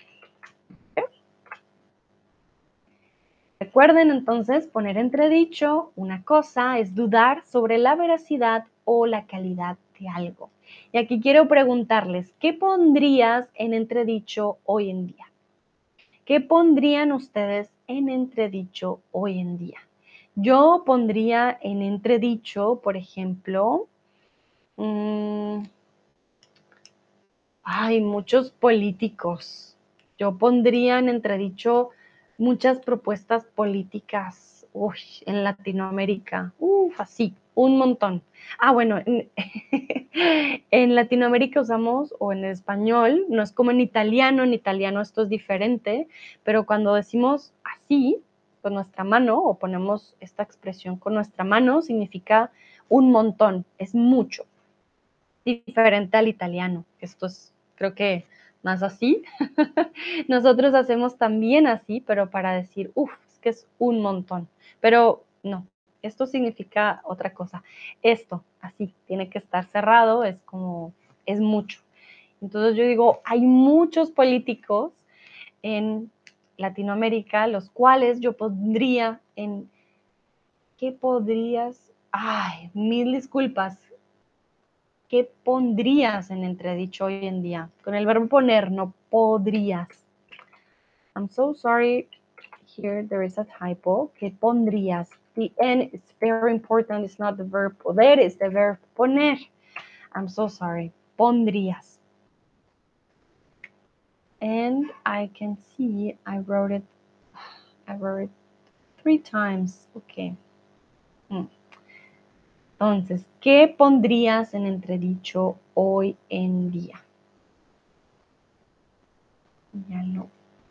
Recuerden entonces, poner entredicho una cosa es dudar sobre la veracidad o la calidad de algo. Y aquí quiero preguntarles, ¿qué pondrías en entredicho hoy en día? ¿Qué pondrían ustedes en entredicho hoy en día? Yo pondría en entredicho, por ejemplo, hay muchos políticos. Yo pondría en entredicho muchas propuestas políticas, en Latinoamérica. Así, un montón. Bueno, en Latinoamérica usamos, o en español, no es como en italiano esto es diferente, pero cuando decimos así, con nuestra mano, o ponemos esta expresión con nuestra mano, significa un montón, es mucho diferente al italiano. Esto es, creo que más así. Nosotros hacemos también así, pero para decir, es que es un montón. Pero no, esto significa otra cosa. Esto, así, tiene que estar cerrado, es como, es mucho. Entonces yo digo, hay muchos políticos en Latinoamérica, los cuales yo pondría en, ¿qué podrías? Ay, mil disculpas. ¿Qué pondrías en entredicho hoy en día? Con el verbo poner, no podrías. I'm so sorry. Here there is a typo. ¿Qué pondrías? The N is very important. It's not the verb poder, it's the verb poner. I'm so sorry. Pondrías. And I can see I wrote it 3 times. Okay. Entonces, ¿qué pondrías en entredicho hoy en día? Ya no.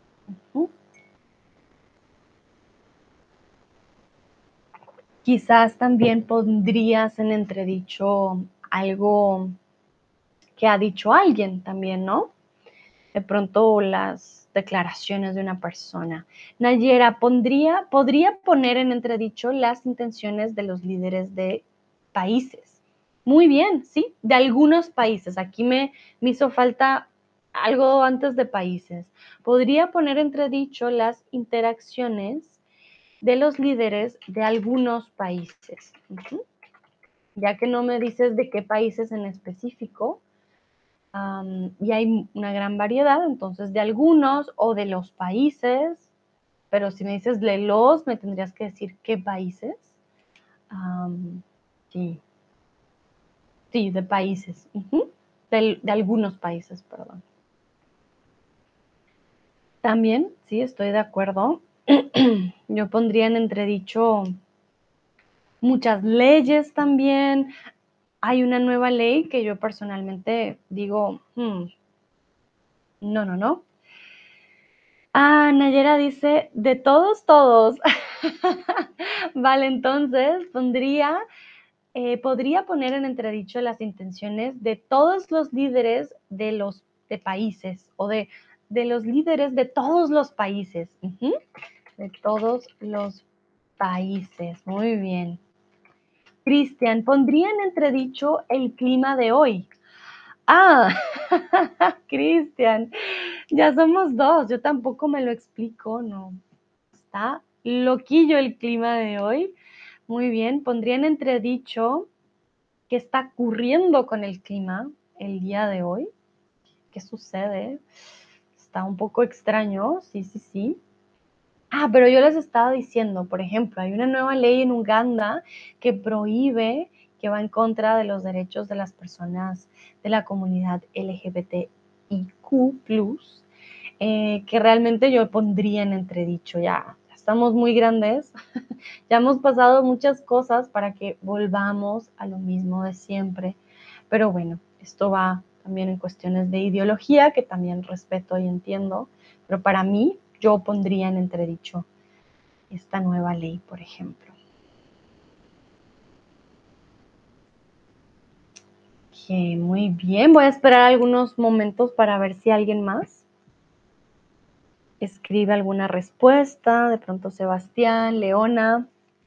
Quizás también pondrías en entredicho algo que ha dicho alguien también, ¿no? De pronto las declaraciones de una persona. Nayera, podría poner en entredicho las intenciones de los líderes de países. Muy bien, sí, de algunos países. Aquí me hizo falta algo antes de países. Podría poner entredicho las interacciones de los líderes de algunos países. Ya que no me dices de qué países en específico, y hay una gran variedad, entonces de algunos o de los países, pero si me dices de los, me tendrías que decir qué países. Sí, sí, de países, de algunos países, perdón. También, sí, estoy de acuerdo. Yo pondría en entredicho muchas leyes también. Hay una nueva ley que yo personalmente digo, no, no, no. Nayera dice, de todos, todos. Vale, entonces podría poner en entredicho las intenciones de todos los líderes de países o de los líderes de todos los países. De todos los países. Muy bien. Cristian, pondría en entredicho el clima de hoy. Cristian, ya somos dos, yo tampoco me lo explico, no. Está loquillo el clima de hoy. Muy bien, pondría en entredicho qué está ocurriendo con el clima el día de hoy. ¿Qué sucede? Está un poco extraño, sí, sí, sí. Pero yo les estaba diciendo, por ejemplo, hay una nueva ley en Uganda que prohíbe, que va en contra de los derechos de las personas de la comunidad LGBTIQ+, que realmente yo pondría en entredicho. Ya estamos muy grandes, ya hemos pasado muchas cosas para que volvamos a lo mismo de siempre. Pero bueno, esto va también en cuestiones de ideología, que también respeto y entiendo, pero para mí yo pondría en entredicho esta nueva ley, por ejemplo. muy bien. Voy a esperar algunos momentos para ver si alguien más escribe alguna respuesta. De pronto Sebastián, Leona.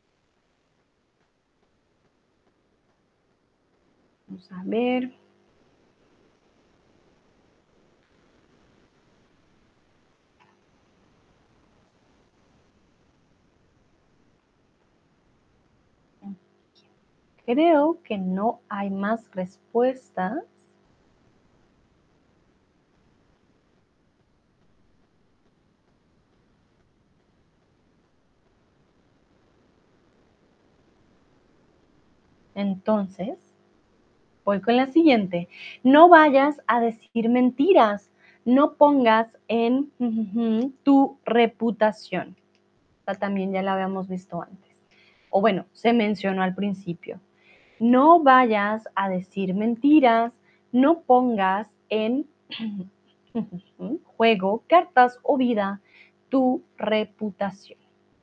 Vamos a ver. Creo que no hay más respuestas. Entonces, voy con la siguiente. No vayas a decir mentiras. No pongas en tu reputación. Esta también ya la habíamos visto antes. O bueno, se mencionó al principio. No vayas a decir mentiras. No pongas en juego, cartas o vida tu reputación.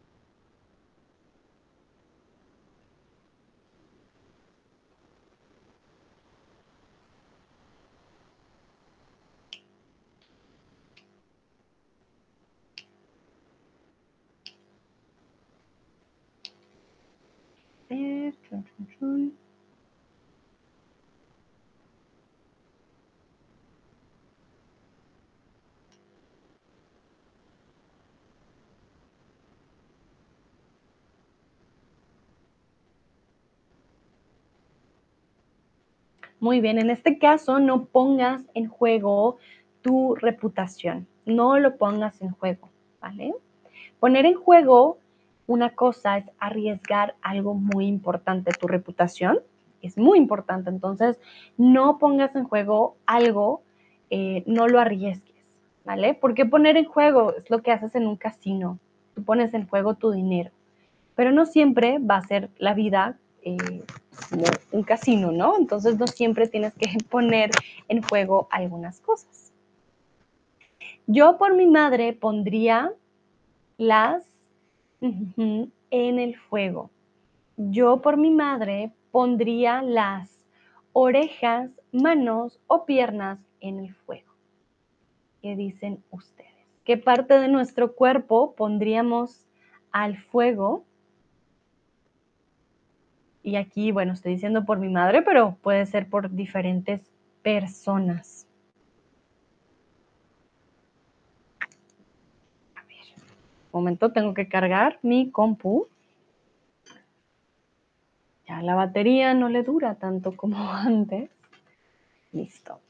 Chun, chun, chun. Muy bien, en este caso no pongas en juego tu reputación, no lo pongas en juego, ¿vale? Poner en juego una cosa es arriesgar algo muy importante, tu reputación es muy importante, entonces no pongas en juego algo, no lo arriesgues, ¿vale? ¿Por qué poner en juego? Es lo que haces en un casino, tú pones en juego tu dinero, pero no siempre va a ser la vida como un casino, ¿no? Entonces no siempre tienes que poner en juego algunas cosas. Yo por mi madre pondría las en el fuego. Yo por mi madre pondría las orejas, manos o piernas en el fuego. ¿Qué dicen ustedes? ¿Qué parte de nuestro cuerpo pondríamos al fuego? Y aquí, bueno, estoy diciendo por mi madre, pero puede ser por diferentes personas. A ver, un momento, tengo que cargar mi compu. Ya la batería no le dura tanto como antes. Listo.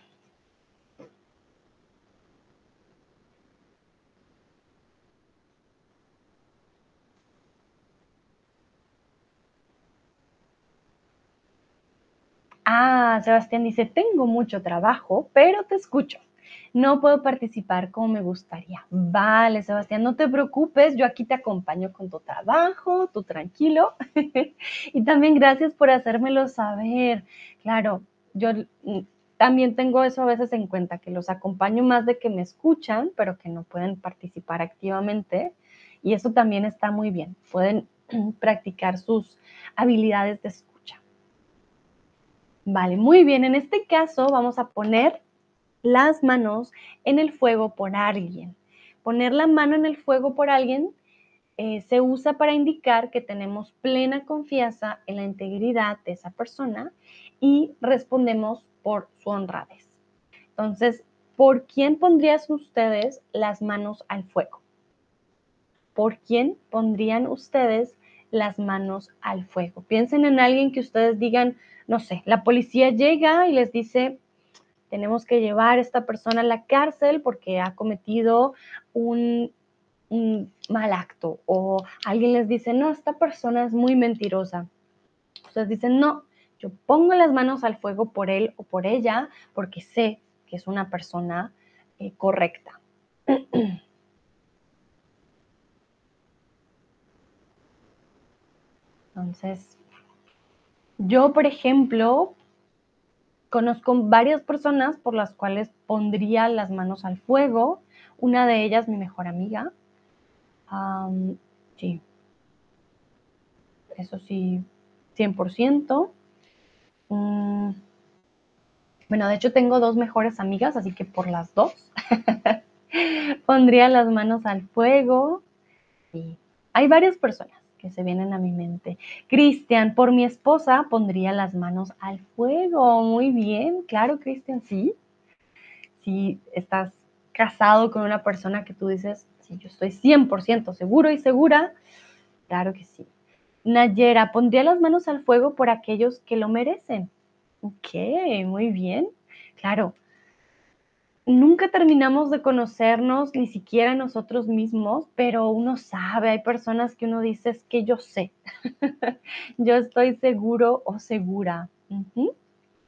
Ah, Sebastián dice, tengo mucho trabajo, pero te escucho. No puedo participar como me gustaría. Vale, Sebastián, no te preocupes, yo aquí te acompaño con tu trabajo, tú tranquilo. Y también gracias por hacérmelo saber. Claro, yo también tengo eso a veces en cuenta, que los acompaño más de que me escuchan, pero que no pueden participar activamente. Y eso también está muy bien. Pueden practicar sus habilidades de escucha. Vale, muy bien. En este caso vamos a poner las manos en el fuego por alguien. Poner la mano en el fuego por alguien se usa para indicar que tenemos plena confianza en la integridad de esa persona y respondemos por su honradez. Entonces, ¿por quién pondrían ustedes las manos al fuego? ¿Por quién pondrían ustedes las manos al fuego? Piensen en alguien que ustedes digan, no sé, la policía llega y les dice, tenemos que llevar a esta persona a la cárcel porque ha cometido un mal acto. O alguien les dice, no, esta persona es muy mentirosa. Ustedes dicen, no, yo pongo las manos al fuego por él o por ella porque sé que es una persona correcta. Entonces, yo, por ejemplo, conozco varias personas por las cuales pondría las manos al fuego. Una de ellas, mi mejor amiga. Sí, eso sí, 100%. Bueno, de hecho tengo dos mejores amigas, así que por las dos pondría las manos al fuego. Y hay varias personas que se vienen a mi mente. Cristian, por mi esposa pondría las manos al fuego. Muy bien, claro, Cristian, sí. Si estás casado con una persona que tú dices, sí, yo estoy 100% seguro y segura, claro que sí. Nayera, pondría las manos al fuego por aquellos que lo merecen. Ok, muy bien. Claro, nunca terminamos de conocernos, ni siquiera nosotros mismos, pero uno sabe, hay personas que uno dice, es que yo sé, yo estoy seguro o segura. Ujú.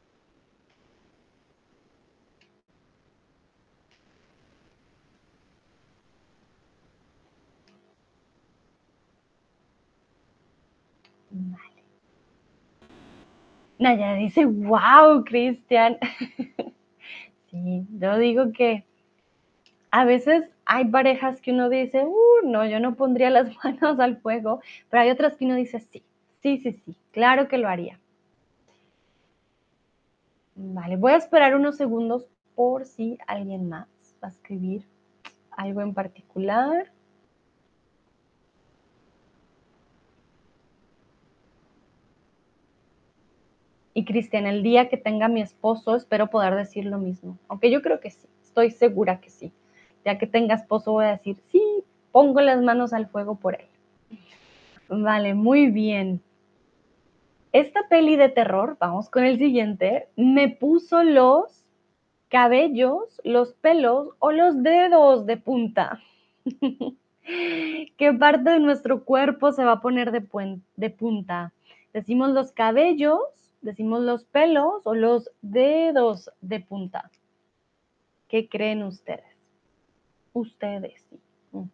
Naya dice, wow, Cristian. Sí, yo digo que a veces hay parejas que uno dice, no, yo no pondría las manos al fuego, pero hay otras que uno dice, sí, sí, sí, sí, claro que lo haría. Vale, voy a esperar unos segundos por si alguien más va a escribir algo en particular. Y Cristian, el día que tenga mi esposo, espero poder decir lo mismo. Aunque yo creo que sí, estoy segura que sí. Ya que tenga esposo, voy a decir, sí, pongo las manos al fuego por él. Vale, muy bien. Esta peli de terror, vamos con el siguiente, me puso los cabellos, los pelos o los dedos de punta. ¿Qué parte de nuestro cuerpo se va a poner de punta? ¿Decimos los cabellos, decimos los pelos o los dedos de punta? ¿Qué creen ustedes? Ustedes, sí. Mm.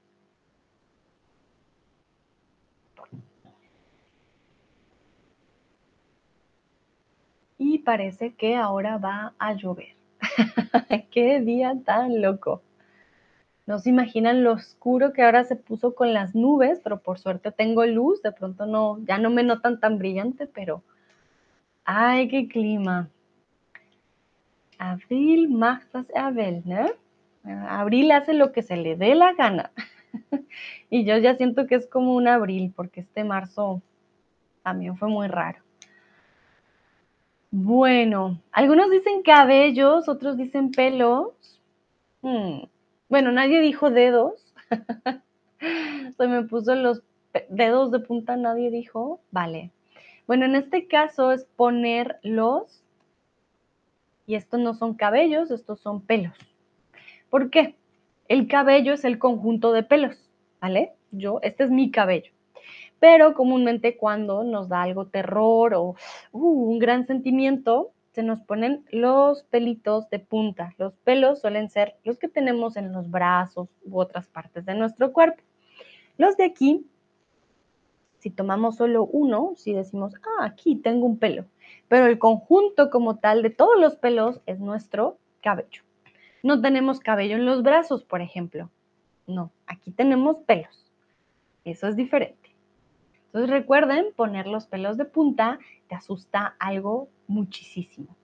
Y parece que ahora va a llover. ¡Qué día tan loco! No se imaginan lo oscuro que ahora se puso con las nubes, pero por suerte tengo luz, de pronto no, ya no me notan tan brillante, pero ¡ay, qué clima! Abril macht Abel, ¿no? Abril hace lo que se le dé la gana. Y yo ya siento que es como un abril, porque este marzo también fue muy raro. Bueno, algunos dicen cabellos, otros dicen pelos. Hmm. Bueno, nadie dijo dedos. Se me puso los dedos de punta, nadie dijo. Vale. Bueno, en este caso es poner los, y estos no son cabellos, estos son pelos. ¿Por qué? El cabello es el conjunto de pelos, ¿vale? Este es mi cabello. Pero comúnmente cuando nos da algo terror o un gran sentimiento, se nos ponen los pelitos de punta. Los pelos suelen ser los que tenemos en los brazos u otras partes de nuestro cuerpo. Los de aquí, si tomamos solo uno, si decimos, aquí tengo un pelo, pero el conjunto como tal de todos los pelos es nuestro cabello. No tenemos cabello en los brazos, por ejemplo. No, aquí tenemos pelos. Eso es diferente. Entonces recuerden, poner los pelos de punta te asusta algo muchísimo.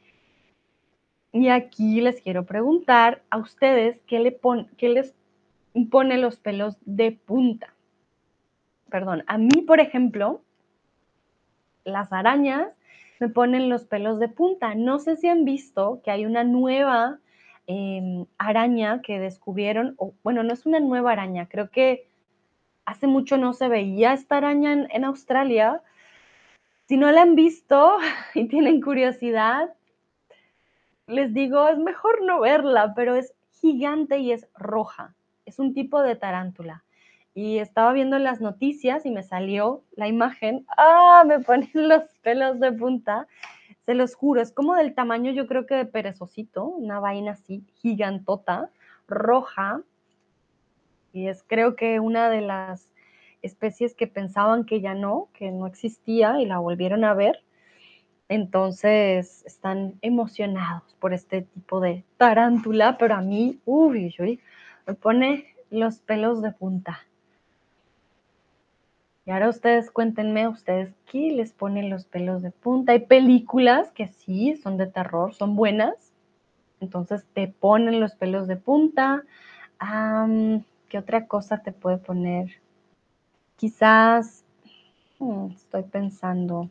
Y aquí les quiero preguntar a ustedes qué les pone los pelos de punta. Perdón, a mí, por ejemplo, las arañas me ponen los pelos de punta. No sé si han visto que hay una nueva araña que descubrieron, o bueno, no es una nueva araña, creo que hace mucho no se veía esta araña en Australia. Si no la han visto y tienen curiosidad, les digo, es mejor no verla, pero es gigante y es roja. Es un tipo de tarántula. Y estaba viendo las noticias y me salió la imagen. Me ponen los pelos de punta. Se los juro, es como del tamaño, yo creo que de perezosito, una vaina así gigantota, roja. Y es creo que una de las especies que pensaban que no existía y la volvieron a ver. Entonces están emocionados por este tipo de tarántula, pero a mí, me pone los pelos de punta. Y ahora ustedes cuéntenme, ustedes qué les ponen los pelos de punta. Hay películas que sí son de terror, son buenas, entonces te ponen los pelos de punta. ¿Qué otra cosa te puede poner? Quizás, estoy pensando.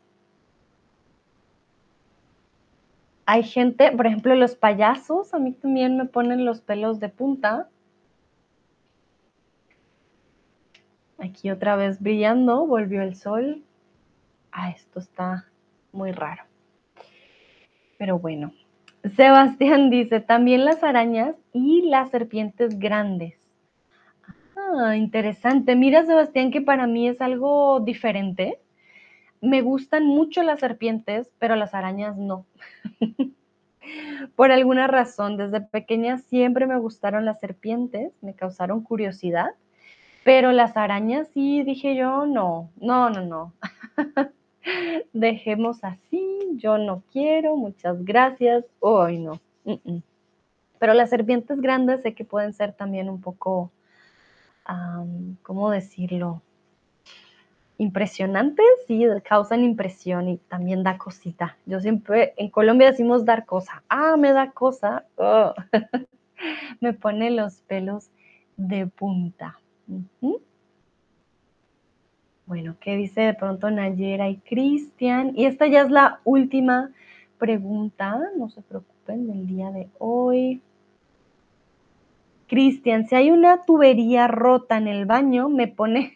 Hay gente, por ejemplo, los payasos, a mí también me ponen los pelos de punta. Aquí otra vez brillando, volvió el sol. Esto está muy raro. Pero bueno. Sebastián dice, también las arañas y las serpientes grandes. Interesante. Mira, Sebastián, que para mí es algo diferente. Me gustan mucho las serpientes, pero las arañas no. Por alguna razón, desde pequeña siempre me gustaron las serpientes, me causaron curiosidad, pero las arañas sí dije yo, no, no, no, no. Dejemos así, yo no quiero, muchas gracias. Hoy no. Pero las serpientes grandes sé que pueden ser también un poco, ¿cómo decirlo? Impresionantes, sí, causan impresión y también da cosita. Yo siempre, en Colombia decimos dar cosa. Me da cosa. Oh. Me pone los pelos de punta. Bueno, ¿qué dice de pronto Nayera y Cristian? Y esta ya es la última pregunta, no se preocupen, del día de hoy. Cristian, si hay una tubería rota en el baño, me pone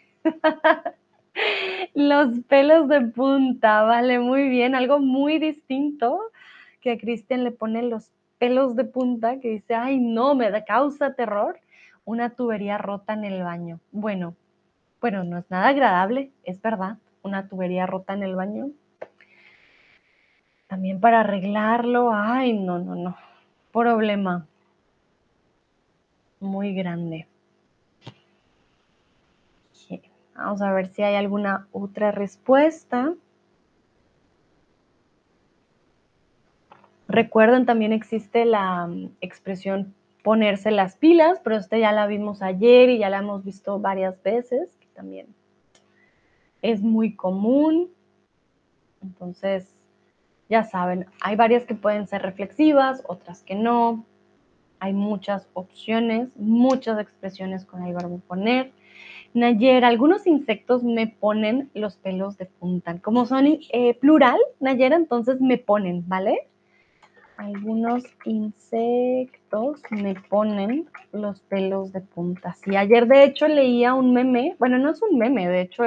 los pelos de punta, vale, muy bien, algo muy distinto que a Cristian le pone los pelos de punta, que dice, ay no, me da causa terror, una tubería rota en el baño. Bueno, no es nada agradable, es verdad, una tubería rota en el baño. También para arreglarlo, ay, no, no, no, problema muy grande. Vamos a ver si hay alguna otra respuesta. Recuerden, también existe la expresión ponerse las pilas, pero esta ya la vimos ayer y ya la hemos visto varias veces, que también es muy común. Entonces, ya saben, hay varias que pueden ser reflexivas, otras que no. Hay muchas opciones, muchas expresiones con el verbo poner. Nayera, algunos insectos me ponen los pelos de punta. Como son plural, Nayera, entonces me ponen, ¿vale? Algunos insectos me ponen los pelos de punta. Sí, ayer de hecho leía un meme, bueno, no es un meme, de hecho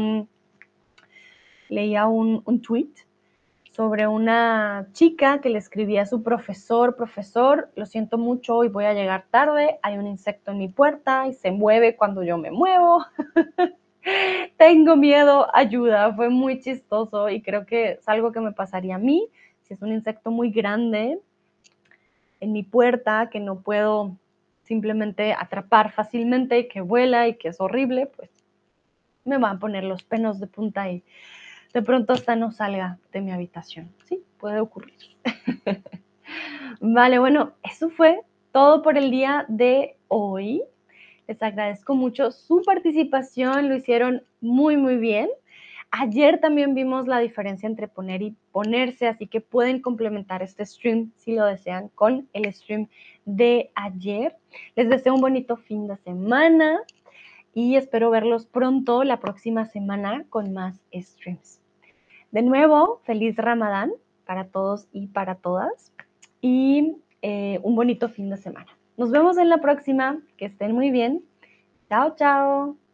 leía un tweet sobre una chica que le escribía a su profesor, lo siento mucho, hoy voy a llegar tarde, hay un insecto en mi puerta y se mueve cuando yo me muevo. Tengo miedo, ayuda. Fue muy chistoso y creo que es algo que me pasaría a mí. Si es un insecto muy grande en mi puerta que no puedo simplemente atrapar fácilmente y que vuela y que es horrible, pues me van a poner los pelos de punta y de pronto hasta no salga de mi habitación. Sí, puede ocurrir. Vale, bueno, eso fue todo por el día de hoy. Les agradezco mucho su participación, lo hicieron muy, muy bien. Ayer también vimos la diferencia entre poner y ponerse, así que pueden complementar este stream si lo desean con el stream de ayer. Les deseo un bonito fin de semana y espero verlos pronto la próxima semana con más streams. De nuevo, feliz Ramadán para todos y para todas y un bonito fin de semana. Nos vemos en la próxima, que estén muy bien. Chao, chao.